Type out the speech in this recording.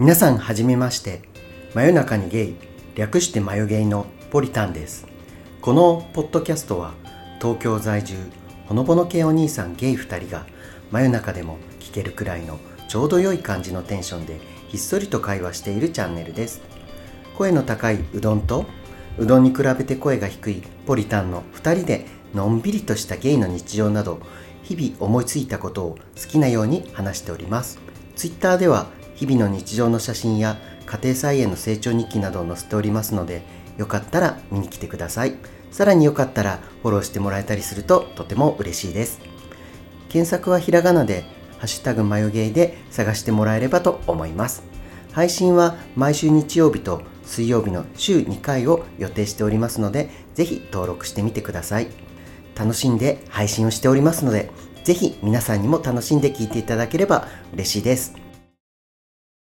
皆さんはじめまして。真夜中にゲイ、略してマヨゲイのポリタンです。このポッドキャストは東京在住ほのぼの系お兄さんゲイ2人が真夜中でも聞けるくらいのちょうど良い感じのテンションでひっそりと会話しているチャンネルです。声の高いうどんとうどんに比べて声が低いポリタンの2人でのんびりとしたゲイの日常など日々思いついたことを好きなように話しております。ツイッターでは日々の日常の写真や家庭菜園の成長日記などを載せておりますので、よかったら見に来てください。さらによかったらフォローしてもらえたりするととても嬉しいです。検索はひらがなでハッシュタグマヨゲイで探してもらえればと思います。配信は毎週日曜日と水曜日の週2回を予定しておりますので、ぜひ登録してみてください。楽しんで配信をしておりますので、ぜひ皆さんにも楽しんで聞いていただければ嬉しいです。